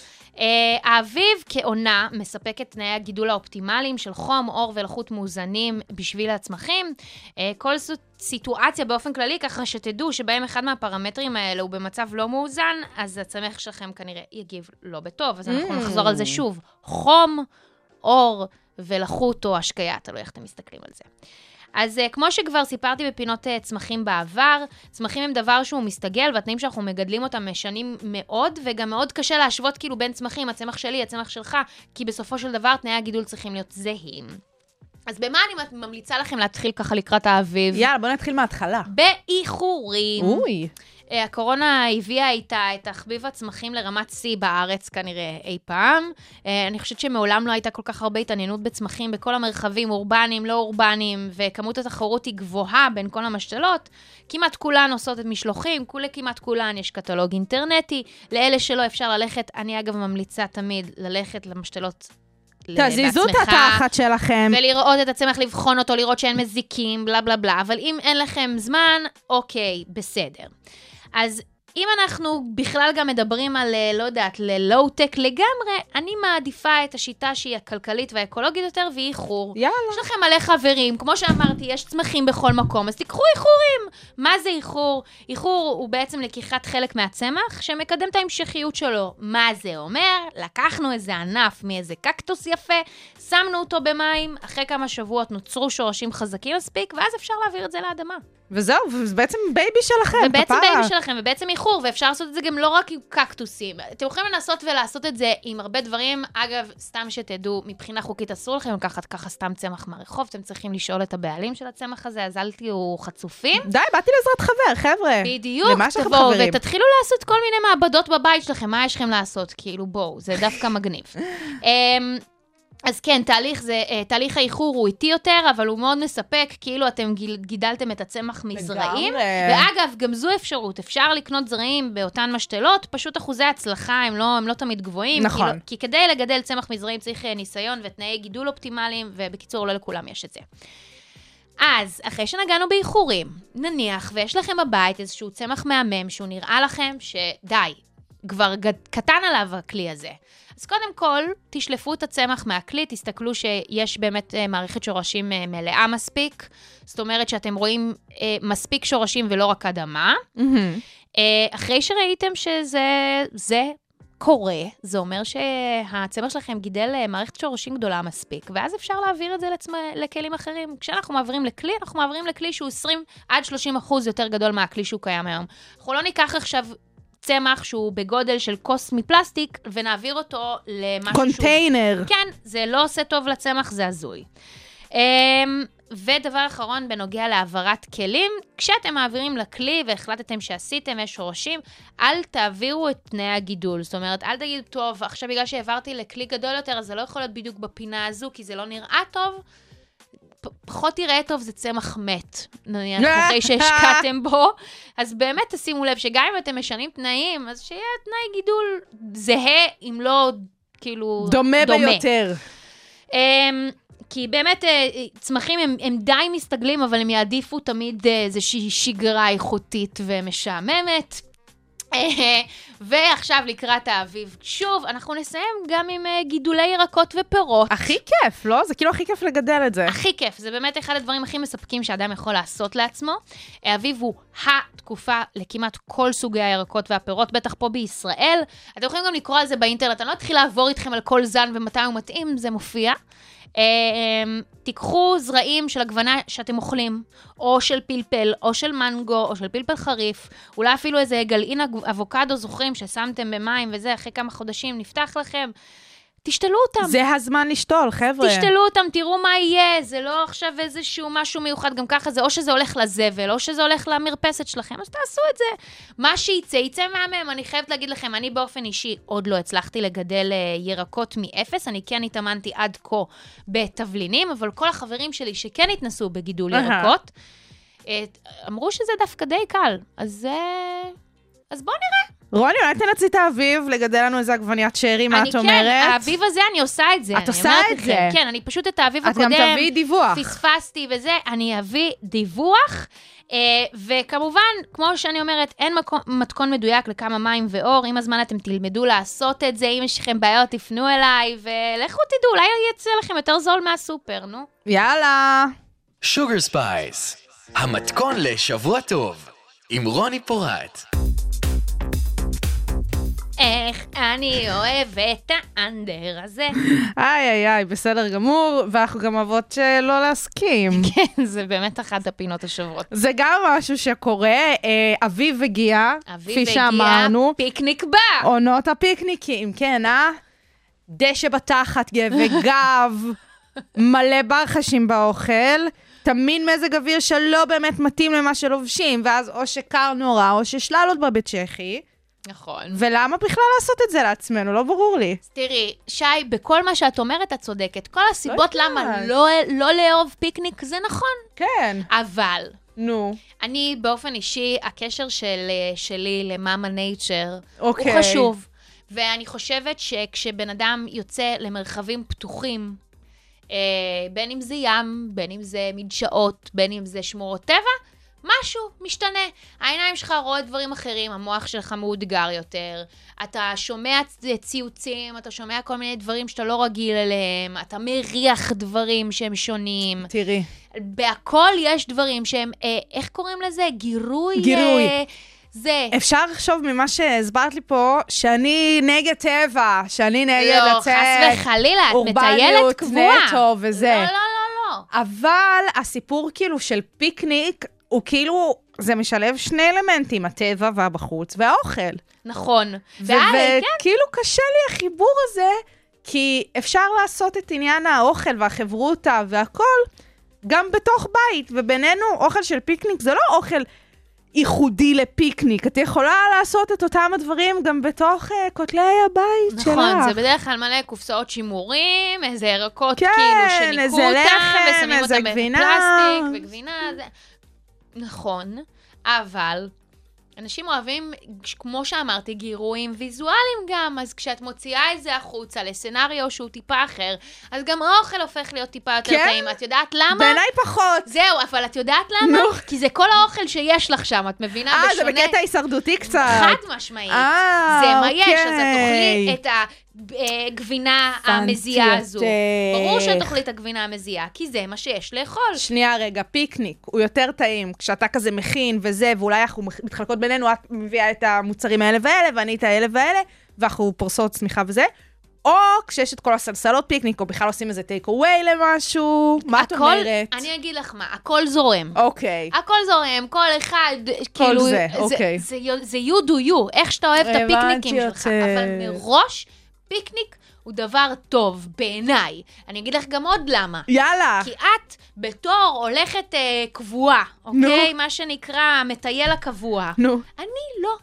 האביב כעונה מספק את תנאי הגידול האופטימליים של חום, אור ולחות מאוזנים בשביל הצמחים. כל סיטואציה באופן כללי, ככה שתדעו שבהם אחד מהפרמטרים האלה הוא במצב לא מאוזן, אז הצמח שלכם כנראה יגיב לא בטוב. אז אנחנו נחזור על זה שוב. חום, אור ולחות או השקיה, תלוי איך אתם מסתכלים על זה. אז uh, כמו שכבר סיפרתי בפינות uh, צמחים בעבר, צמחים הם דבר שהוא מסתגל, והתנאים שאנחנו מגדלים אותם משנים מאוד, וגם מאוד קשה להשוות כאילו בין צמחים, הצמח שלי, הצמח שלך, כי בסופו של דבר תנאי הגידול צריכים להיות זהים. אז במה אני ממליצה לכם להתחיל ככה לקראת האביב? יאללה, בוא נתחיל מההתחלה. באיחורים. אוי. הקורונה הביאה איתה את תחביב הצמחים לרמת C בארץ כנראה אי פעם. אני חושבת שמעולם לא הייתה כל כך הרבה התעניינות בצמחים בכל המרחבים, אורבניים, לא אורבניים, וכמות התחרות היא גבוהה בין כל המשתלות. כמעט כולן עושות את משלוחים, כולי כמעט כולן יש קטלוג אינטרנטי. לאלה שלא אפשר ללכת, אני אגב ממליצה תמיד ללכת למשתלות תזיזו את התחת שלכם. ולראות את הצמח, לבחון אותו, לראות שאין מזיקים, בלה בלה בלה. אבל אם אין לכם זמן, אוקיי, בסדר. אז אם אנחנו בכלל גם מדברים על, לא יודעת, ללואו-טק לגמרי, אני מעדיפה את השיטה שהיא הכלכלית והאקולוגית יותר, והיא איחור. יאללה. יש לכם מלא חברים, כמו שאמרתי, יש צמחים בכל מקום, אז תיקחו איחורים. מה זה איחור? איחור הוא בעצם לקיחת חלק מהצמח, שמקדם את ההמשכיות שלו. מה זה אומר? לקחנו איזה ענף מאיזה קקטוס יפה, שמנו אותו במים, אחרי כמה שבועות נוצרו שורשים חזקים מספיק, ואז אפשר להעביר את זה לאדמה. וזהו, וזה בעצם בייבי שלכם. ובעצם בייבי שלכם, ובעצם איחור, ואפשר לעשות את זה גם לא רק עם קקטוסים. אתם יכולים לנסות ולעשות את זה עם הרבה דברים. אגב, סתם שתדעו, מבחינה חוקית אסור לכם לקחת ככה סתם צמח מהרחוב, אתם צריכים לשאול את הבעלים של הצמח הזה, אז אל תהיו חצופים. די, באתי לעזרת חבר, חבר'ה. בדיוק, תבואו, ותתחילו לעשות כל מיני מעבדות בבית שלכם, מה יש לכם לעשות? כאילו, בואו, זה דווקא מגניב. אז כן, תהליך זה, תהליך האיחור הוא איטי יותר, אבל הוא מאוד מספק, כאילו אתם גידלתם את הצמח מזרעים. ואגב, גם זו אפשרות, אפשר לקנות זרעים באותן משתלות, פשוט אחוזי הצלחה הם לא, הם לא תמיד גבוהים. נכון. כי, כי כדי לגדל צמח מזרעים צריך ניסיון ותנאי גידול אופטימליים, ובקיצור לא לכולם יש את זה. אז, אחרי שנגענו באיחורים, נניח, ויש לכם בבית איזשהו צמח מהמם, שהוא נראה לכם שדי, כבר גד, קטן עליו הכלי הזה. אז קודם כל, תשלפו את הצמח מהכלי, תסתכלו שיש באמת מערכת שורשים מלאה מספיק, זאת אומרת שאתם רואים מספיק שורשים ולא רק אדמה. Mm-hmm. אחרי שראיתם שזה זה קורה, זה אומר שהצמח שלכם גידל מערכת שורשים גדולה מספיק, ואז אפשר להעביר את זה לעצמה, לכלים אחרים. כשאנחנו מעבירים לכלי, אנחנו מעבירים לכלי שהוא עשרים עד שלושים אחוז יותר גדול מהכלי שהוא קיים היום. אנחנו לא ניקח עכשיו צמח שהוא בגודל של כוס מפלסטיק, ונעביר אותו למשהו קונטיינר. שהוא... כן, זה לא עושה טוב לצמח, זה הזוי. ודבר אחרון בנוגע להעברת כלים, כשאתם מעבירים לכלי והחלטתם שעשיתם, יש שורשים, אל תעבירו את תנאי הגידול. זאת אומרת, אל תגידו, טוב, עכשיו בגלל שהעברתי לכלי גדול יותר, אז זה לא יכול להיות בדיוק בפינה הזו, כי זה לא נראה טוב. פחות יראה טוב, זה צמח מת, נניח, אחרי שהשקעתם בו. אז באמת תשימו לב שגם אם אתם משנים תנאים, אז שיהיה תנאי גידול זהה, אם לא, כאילו, דומה. דומה ביותר. כי באמת צמחים הם, הם די מסתגלים, אבל הם יעדיפו תמיד איזושהי שגרה איכותית ומשעממת. ועכשיו לקראת האביב. שוב, אנחנו נסיים גם עם גידולי ירקות ופירות. הכי כיף, לא? זה כאילו הכי כיף לגדל את זה. הכי כיף, זה באמת אחד הדברים הכי מספקים שאדם יכול לעשות לעצמו. האביב הוא התקופה לכמעט כל סוגי הירקות והפירות, בטח פה בישראל. אתם יכולים גם לקרוא על זה באינטרנט, אני לא אתחיל לעבור איתכם על כל זן ומתי הוא מתאים, זה מופיע. תיקחו זרעים של עגבנה שאתם אוכלים, או של פלפל, או של מנגו, או של פלפל חריף, אולי אפילו איזה גלעין אבוקדו זוכרים ששמתם במים וזה, אחרי כמה חודשים נפתח לכם, תשתלו אותם. זה הזמן לשתול, חבר'ה. תשתלו אותם, תראו מה יהיה, זה לא עכשיו איזשהו משהו מיוחד, גם ככה זה, או שזה הולך לזבל, או שזה הולך למרפסת שלכם, אז תעשו את זה. מה שייצא, ייצא מהמם, אני חייבת להגיד לכם, אני באופן אישי עוד לא הצלחתי לגדל ירקות מאפס, אני כן התאמנתי עד כה בתבלינים, אבל כל החברים שלי שכן התנסו בגידול ירקות, אמרו שזה דווקא די קל, אז, אז בואו נראה. רוני, אולי תנצלי את האביב לגדל לנו איזה עגבניית שרי, מה את אומרת? אני כן, האביב הזה אני עושה את זה. את עושה את זה? כן, אני פשוט את האביב הקודם. את גם תביא דיווח. פספסתי וזה, אני אביא דיווח, וכמובן, כמו שאני אומרת, אין מתכון מדויק לכמה מים ואור, עם הזמן אתם תלמדו לעשות את זה, אם יש לכם בעיות תפנו אליי, ולכו תדעו, אולי יצא לכם יותר זול מהסופר, נו. יאללה. שוגר ספייס, המתכון לשבוע טוב, עם רוני פורט. איך אני אוהבת את האנדר הזה. איי, איי, איי, בסדר גמור, ואנחנו גם אוהבות שלא להסכים. כן, זה באמת אחת הפינות השבועות. זה גם משהו שקורה, אביב הגיע, כפי שאמרנו. פיקניק בא. עונות הפיקניקים, כן, אה? דשא בתחת וגב, מלא ברחשים באוכל, תמין מזג אוויר שלא באמת מתאים למה שלובשים, ואז או שקר נורא, או ששללות בבית צ'כי. נכון. ולמה בכלל לעשות את זה לעצמנו? לא ברור לי. תראי, שי, בכל מה שאת אומרת, את צודקת. כל הסיבות למה לא, לא לאהוב פיקניק, זה נכון. כן. אבל, נו. אני באופן אישי, הקשר של, שלי למאמה נייצ'ר, אוקיי. הוא חשוב. ואני חושבת שכשבן אדם יוצא למרחבים פתוחים, אה, בין אם זה ים, בין אם זה מדשאות, בין אם זה שמורות טבע, משהו משתנה. העיניים שלך רואות דברים אחרים, המוח שלך מאותגר יותר, אתה שומע ציוצים, אתה שומע כל מיני דברים שאתה לא רגיל אליהם, אתה מריח דברים שהם שונים. תראי. בהכל יש דברים שהם, אה, איך קוראים לזה? גירוי? גירוי. אה, זה. אפשר לחשוב ממה שהסברת לי פה, שאני נגד טבע, שאני נגד לא, לצאת. לא, חס וחלילה, את מטיילת קבועה. אורבניות, נטו וזה. לא, לא, לא, לא. אבל הסיפור כאילו של פיקניק, הוא כאילו, זה משלב שני אלמנטים, הטבע והבחוץ והאוכל. נכון. וכאילו קשה לי החיבור הזה, כי אפשר לעשות את עניין האוכל והחברותה והכל, גם בתוך בית, ובינינו אוכל של פיקניק זה לא אוכל ייחודי לפיקניק, את יכולה לעשות את אותם הדברים גם בתוך uh, כותלי הבית נכון, שלך. נכון, זה בדרך כלל מלא קופסאות שימורים, איזה ירקות כן, כאילו שניקו איזה אותם, לחם, ושמים איזה אותם גבינה. בפלסטיק וגבינה. זה... נכון, אבל אנשים אוהבים, כמו שאמרתי, גירויים ויזואליים גם, אז כשאת מוציאה את זה החוצה לסצנריו שהוא טיפה אחר, אז גם האוכל הופך להיות טיפה יותר כן? טעים. את יודעת למה? בעיניי פחות. זהו, אבל את יודעת למה? נו. כי זה כל האוכל שיש לך שם, את מבינה? אה, זה בשונה- בקטע הישרדותי קצת. חד משמעית. אה, זה מה יש, אז את אוקיי. תאכלי את הגבינה הבנתי המזיעה הזו. אותך. ברור שאת תאכלי את הגבינה המזיעה, כי זה מה שיש לאכול. שנייה רגע, פיקניק, הוא יותר טעים, כשאתה כזה מכין וזה, ואולי אנחנו מתחלקות בינינו, את מביאה את המוצרים האלה והאלה, ואני את האלה והאלה, ואנחנו פורסות צמיחה וזה, או כשיש את כל הסלסלות פיקניק, או בכלל עושים איזה טייק אווי למשהו, מה את הכל- אומרת? אני אגיד לך מה, הכל זורם. אוקיי. הכל זורם, כל אחד, כאילו, זה, אוקיי. זה, זה you do you, איך שאתה אוהב את הבנתי הפיקניקים שלך, אותך. אבל מראש, פיקניק הוא דבר טוב, בעיניי. אני אגיד לך גם עוד למה. יאללה. כי את בתור הולכת אה, קבועה, אוקיי? מה שנקרא מטייל הקבוע. נו. אני לא.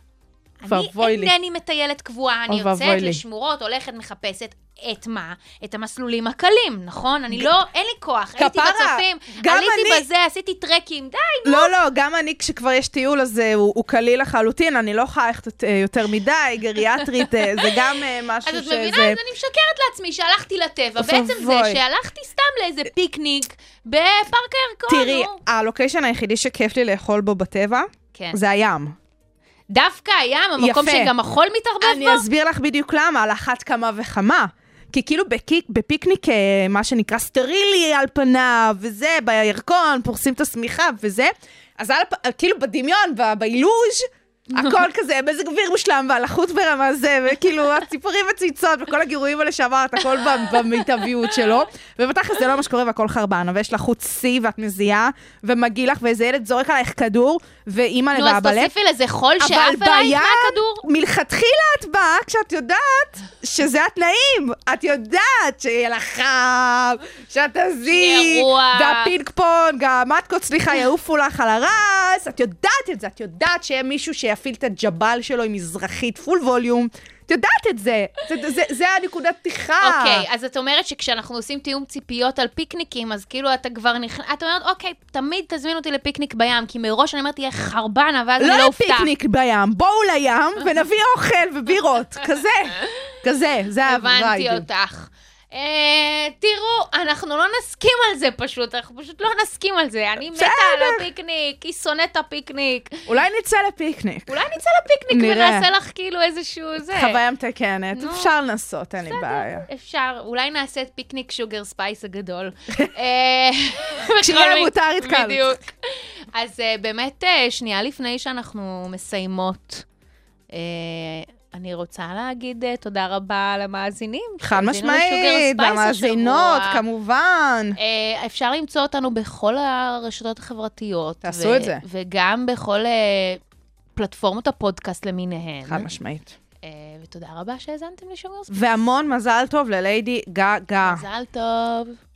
ואבוי לי. אני אינני מטיילת קבועה, אני אוי ואבוי יוצאת לי. לשמורות, הולכת, מחפשת את מה? את המסלולים הקלים, נכון? אני לא, אין לי כוח. הייתי כפרה, בצופים, גם עליתי אני- בזה, עשיתי טרקים, די, נו. לא, לא, גם אני, כשכבר יש טיול, אז אה, הוא הוא קליל לחלוטין, אני לא יכולה ללכת אה, יותר מדי, גריאטרית, אה, זה גם אה, משהו אז את שזה... מבינה, אז אני משקרת לעצמי שהלכתי לטבע. אוי בעצם זה ואבוי. שהלכתי סתם לאיזה פיקניק בפארק הירקון. תראי, נו. הלוקיישן היחידי שכיף לי לאכול בו בטבע, כן. זה הים. דווקא הים, המקום יפה. שגם החול מתערבב אני בו. אסביר לך בדיוק למה, על אחת כמה וכמה. כי כאילו בקיק, בפיקניק, אה, מה שנקרא סטרילי על פניו, וזה, בירקון, פורסים את השמיכה וזה, אז על, הפ- כאילו בדמיון, ב- באילוז', הכל כזה, מזג אוויר מושלם, והלחות ברמה זה, וכאילו הציפורים מצייצות, וכל הגירויים האלה שאמרת, הכל ב- במיטביות שלו, ובתכלס זה לא מה שקורה והכל חרבן, אבל יש לך חוט שיא ואת מזיעה, ומגיע לך, ואיזה ילד זורק עלייך כדור, ואימא נו, אז לבעבלת. תוסיפי לזה חול אבל שאף עלייך בים, מהכדור. מלכתחילה את באה כשאת יודעת שזה התנאים. את יודעת שיהיה לך חם, שאת תזיק, שיהיה רוח. והפינג פונג, המטקות, סליחה, יעופו לך על הרס. את יודעת את זה, את יודעת שיהיה מישהו שיפעיל את הג'בל שלו עם מזרחית, פול ווליום. את יודעת את זה. זה, זה, זה הנקודת פתיחה. אוקיי, אז את אומרת שכשאנחנו עושים תיאום ציפיות על פיקניקים, אז כאילו אתה כבר נכנס, את אומרת, אוקיי, תמיד תזמין אותי לפיקניק בים, כי מראש אני אומרת, תהיה חרבן, ואז אני לא לא אופתע. לפיקניק בים, בואו לים ונביא אוכל ובירות. כזה, כזה, זה הבנתי הווייב. אותך. אה, תראו, אנחנו לא נסכים על זה פשוט, אנחנו פשוט לא נסכים על זה. אני מתה על בסדר. הפיקניק, היא שונאת את הפיקניק. אולי נצא לפיקניק. אולי נצא לפיקניק נראה. ונעשה לך כאילו איזשהו זה. חוויה מתקנת, נו. אפשר לנסות, אין לי בעיה. אפשר, אולי נעשה את פיקניק שוגר ספייס הגדול. אה, כשיהיה בכל מותר מקרה, התקהלות. בדיוק. אז אה, באמת, אה, שנייה לפני שאנחנו מסיימות, אה, אני רוצה להגיד אה, תודה רבה למאזינים. חד שהאזינו לשוגר משמעית, ספייס והמאזינות, השבוע. כמובן. אה, אפשר למצוא אותנו בכל הרשתות החברתיות. תעשו את זה. וגם בכל אה, פלטפורמות הפודקאסט למיניהן. חד משמעית. אה, ותודה רבה שהאזנתם לשוגר ספייס. והמון מזל טוב לליידי גגה. מזל טוב.